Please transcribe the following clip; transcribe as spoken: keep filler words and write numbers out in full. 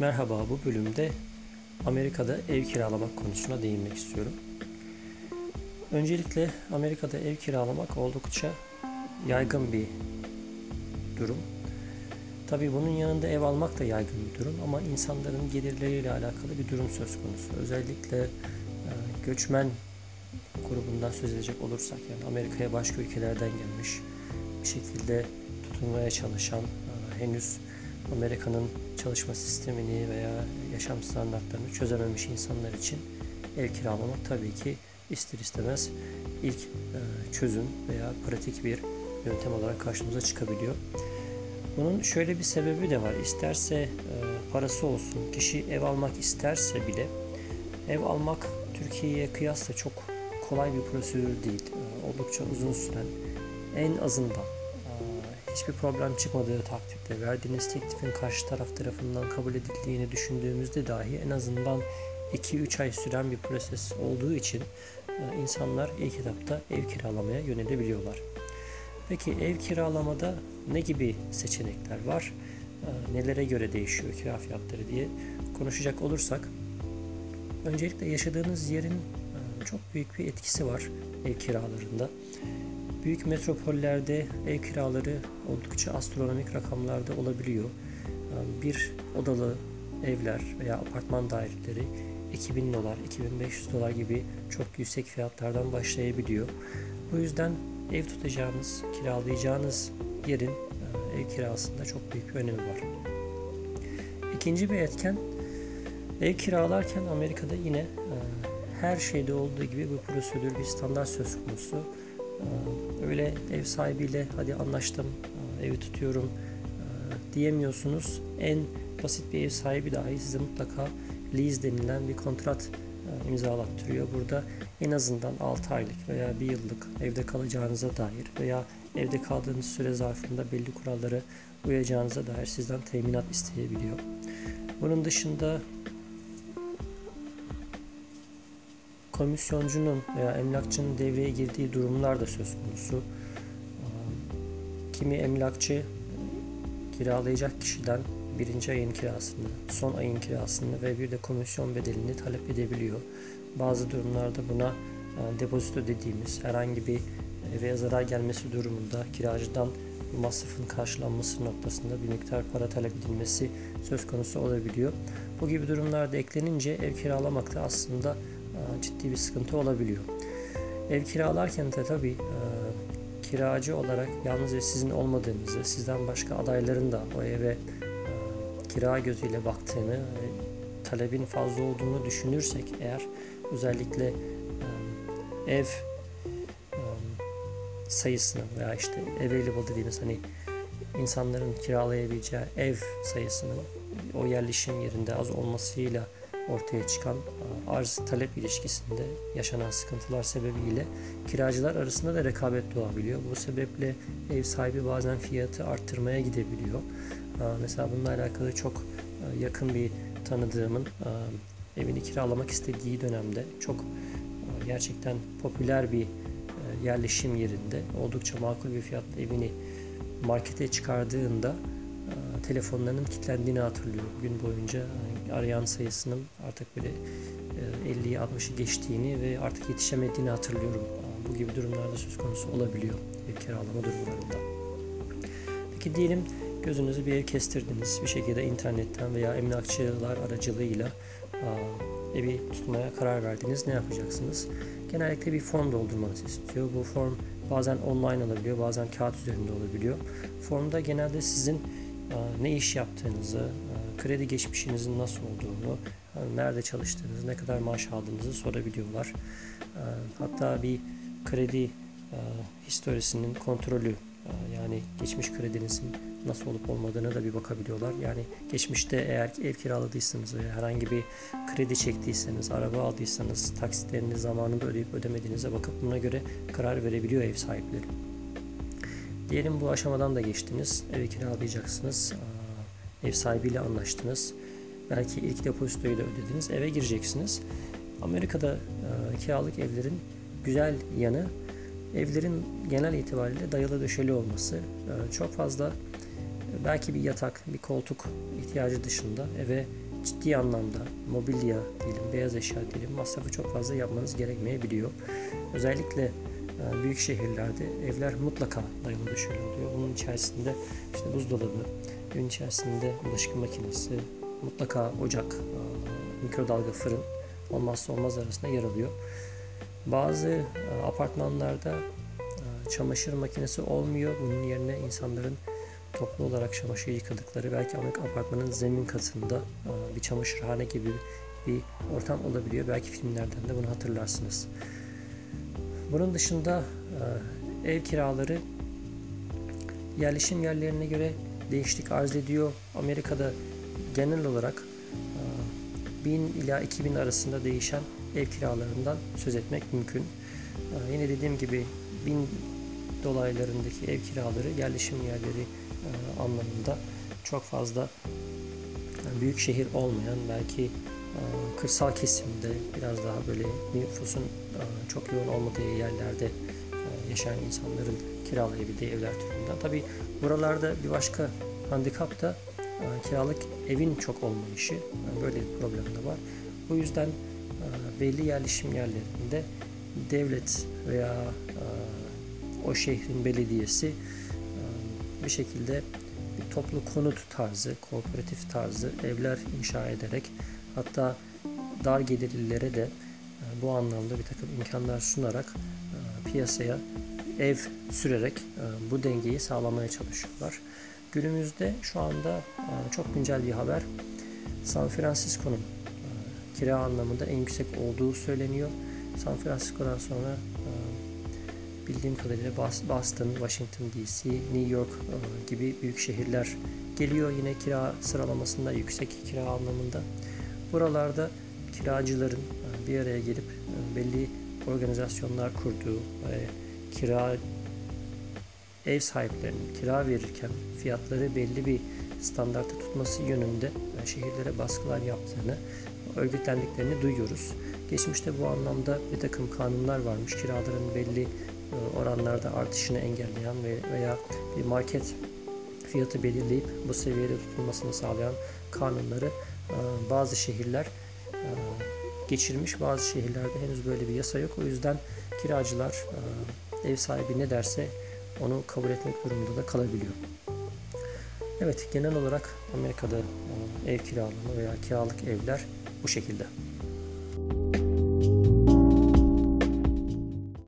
Merhaba, bu bölümde Amerika'da ev kiralamak konusuna değinmek istiyorum. Öncelikle Amerika'da ev kiralamak oldukça yaygın bir durum. Tabii bunun yanında ev almak da yaygın bir durum ama insanların gelirleriyle alakalı bir durum söz konusu. Özellikle e, göçmen grubundan söz edecek olursak, yani Amerika'ya başka ülkelerden gelmiş, bir şekilde tutunmaya çalışan, e, henüz Amerika'nın çalışma sistemini veya yaşam standartlarını çözememiş insanlar için ev kiralamak tabii ki ister istemez ilk çözüm veya pratik bir yöntem olarak karşımıza çıkabiliyor. Bunun şöyle bir sebebi de var. İsterse parası olsun, kişi ev almak isterse bile ev almak Türkiye'ye kıyasla çok kolay bir prosedür değil. Oldukça uzun süren, en azından hiçbir problem çıkmadığı takdirde, verdiğiniz teklifin karşı taraf tarafından kabul edildiğini düşündüğümüzde dahi en azından iki üç ay süren bir proses olduğu için insanlar ilk etapta ev kiralamaya yönelebiliyorlar. Peki ev kiralamada ne gibi seçenekler var? Nelere göre değişiyor kira fiyatları diye konuşacak olursak, öncelikle yaşadığınız yerin çok büyük bir etkisi var ev kiralarında. Büyük metropollerde ev kiraları oldukça astronomik rakamlarda olabiliyor. Bir odalı evler veya apartman daireleri iki bin dolar, iki bin beş yüz dolar gibi çok yüksek fiyatlardan başlayabiliyor. Bu yüzden ev tutacağınız, kiralayacağınız yerin ev kirasında çok büyük bir önemi var. İkinci bir etken, ev kiralarken Amerika'da yine her şeyde olduğu gibi bir prosedür, bir standart söz konusu. Öyle ev sahibiyle hadi anlaştım, evi tutuyorum diyemiyorsunuz. En basit bir ev sahibi dahi size mutlaka lease denilen bir kontrat imzalattırıyor. Burada en azından altı aylık veya bir yıllık evde kalacağınıza dair veya evde kaldığınız süre zarfında belli kurallara uyacağınıza dair sizden teminat isteyebiliyor. Bunun dışında komisyoncunun veya emlakçının devreye girdiği durumlar da söz konusu. Kimi emlakçı kiralayacak kişiden birinci ayın kirasını, son ayın kirasını ve bir de komisyon bedelini talep edebiliyor. Bazı durumlarda buna depozito dediğimiz herhangi bir eve zarar gelmesi durumunda kiracıdan bu masrafın karşılanması noktasında bir miktar para talep edilmesi söz konusu olabiliyor. Bu gibi durumlarda eklenince ev kiralamakta aslında ciddi bir sıkıntı olabiliyor. Ev kiralarken de tabii kiracı olarak yalnızca sizin olmadığınızı, sizden başka adayların da o eve kira gözüyle baktığını, talebin fazla olduğunu düşünürsek eğer, özellikle ev sayısını veya işte available dediğimiz hani insanların kiralayabileceği ev sayısının o yerleşim yerinde az olmasıyla ortaya çıkan arz talep ilişkisinde yaşanan sıkıntılar sebebiyle kiracılar arasında da rekabet doğabiliyor. Bu sebeple ev sahibi bazen fiyatı arttırmaya gidebiliyor. Mesela bununla alakalı çok yakın bir tanıdığımın evini kiralamak istediği dönemde çok gerçekten popüler bir yerleşim yerinde oldukça makul bir fiyatla evini markete çıkardığında telefonlarının kilitlendiğini hatırlıyorum. Gün boyunca arayan sayısının artık böyle elliyi altmışı geçtiğini ve artık yetişemediğini hatırlıyorum. Bu gibi durumlarda söz konusu olabiliyor ev kiralama durumlarında. Peki diyelim gözünüzü bir ev kestirdiniz. Bir şekilde internetten veya emlakçılar aracılığıyla evi tutmaya karar verdiniz. Ne yapacaksınız? Genellikle bir form doldurmanızı istiyor. Bu form bazen online olabiliyor, bazen kağıt üzerinde olabiliyor. Formda genelde sizin ne iş yaptığınızı, kredi geçmişinizin nasıl olduğunu, nerede çalıştığınızı, ne kadar maaş aldığınızı sorabiliyorlar. Hatta bir kredi historisinin kontrolü, yani geçmiş kredinizin nasıl olup olmadığına da bir bakabiliyorlar. Yani geçmişte eğer ev kiraladıysanız veya herhangi bir kredi çektiyseniz, araba aldıysanız taksitlerini zamanında ödeyip ödemediğinize bakıp buna göre karar verebiliyor ev sahipleri. Diyelim bu aşamadan da geçtiniz, evi kiralayacaksınız, ev sahibiyle anlaştınız. Belki ilk depozitoyu da ödediniz, eve gireceksiniz. Amerika'da e, kiralık evlerin güzel yanı, evlerin genel itibariyle dayalı döşeli olması. E, çok fazla belki bir yatak, bir koltuk ihtiyacı dışında eve ciddi anlamda mobilya diyelim, beyaz eşya diyelim masrafı çok fazla yapmanız gerekmeyebiliyor. Özellikle büyük şehirlerde evler mutlaka dayalı döşeli oluyor. Bunun içerisinde işte buzdolabı, evin içerisinde bulaşık makinesi, mutlaka ocak, mikrodalga fırın olmazsa olmaz arasında yer alıyor. Bazı apartmanlarda çamaşır makinesi olmuyor. Bunun yerine insanların toplu olarak çamaşır yıkadıkları, belki apartmanın zemin katında bir çamaşırhane gibi bir ortam olabiliyor. Belki filmlerden de bunu hatırlarsınız. Bunun dışında ev kiraları yerleşim yerlerine göre değişiklik arz ediyor. Amerika'da genel olarak bin ila iki bin arasında değişen ev kiralarından söz etmek mümkün. Yine dediğim gibi bin dolaylarındaki ev kiraları yerleşim yerleri anlamında çok fazla büyük şehir olmayan, belki kırsal kesimde biraz daha böyle nüfusun çok yoğun olmadığı yerlerde yaşayan insanların kiralayabildiği evler türünden. Tabii buralarda bir başka handikap da kiralık evin çok olmayışı. Böyle bir problem de var. Bu yüzden belli yerleşim yerlerinde devlet veya o şehrin belediyesi bir şekilde bir toplu konut tarzı, kooperatif tarzı evler inşa ederek, hatta dar gelirlilere de bu anlamda bir takım imkanlar sunarak piyasaya ev sürerek bu dengeyi sağlamaya çalışıyorlar. Günümüzde şu anda çok güncel bir haber. San Francisco'nun kira anlamında en yüksek olduğu söyleniyor. San Francisco'dan sonra bildiğim kadarıyla Boston, Washington D C, New York gibi büyük şehirler geliyor. Yine kira sıralamasında yüksek kira anlamında. Buralarda kiracıların bir araya gelip belli organizasyonlar kurduğu ve kira ev sahiplerinin kira verirken fiyatları belli bir standartta tutması yönünde şehirlere baskılar yaptığını, örgütlendiklerini duyuyoruz. Geçmişte bu anlamda bir takım kanunlar varmış. Kiraların belli oranlarda artışını engelleyen veya bir market fiyatı belirleyip bu seviyede tutulmasını sağlayan kanunları bazı şehirler geçirmiş. Bazı şehirlerde henüz böyle bir yasa yok. O yüzden kiracılar ev sahibi ne derse onu kabul etmek durumunda da kalabiliyor. Evet, genel olarak Amerika'da ev kiralama veya kiralık evler bu şekilde.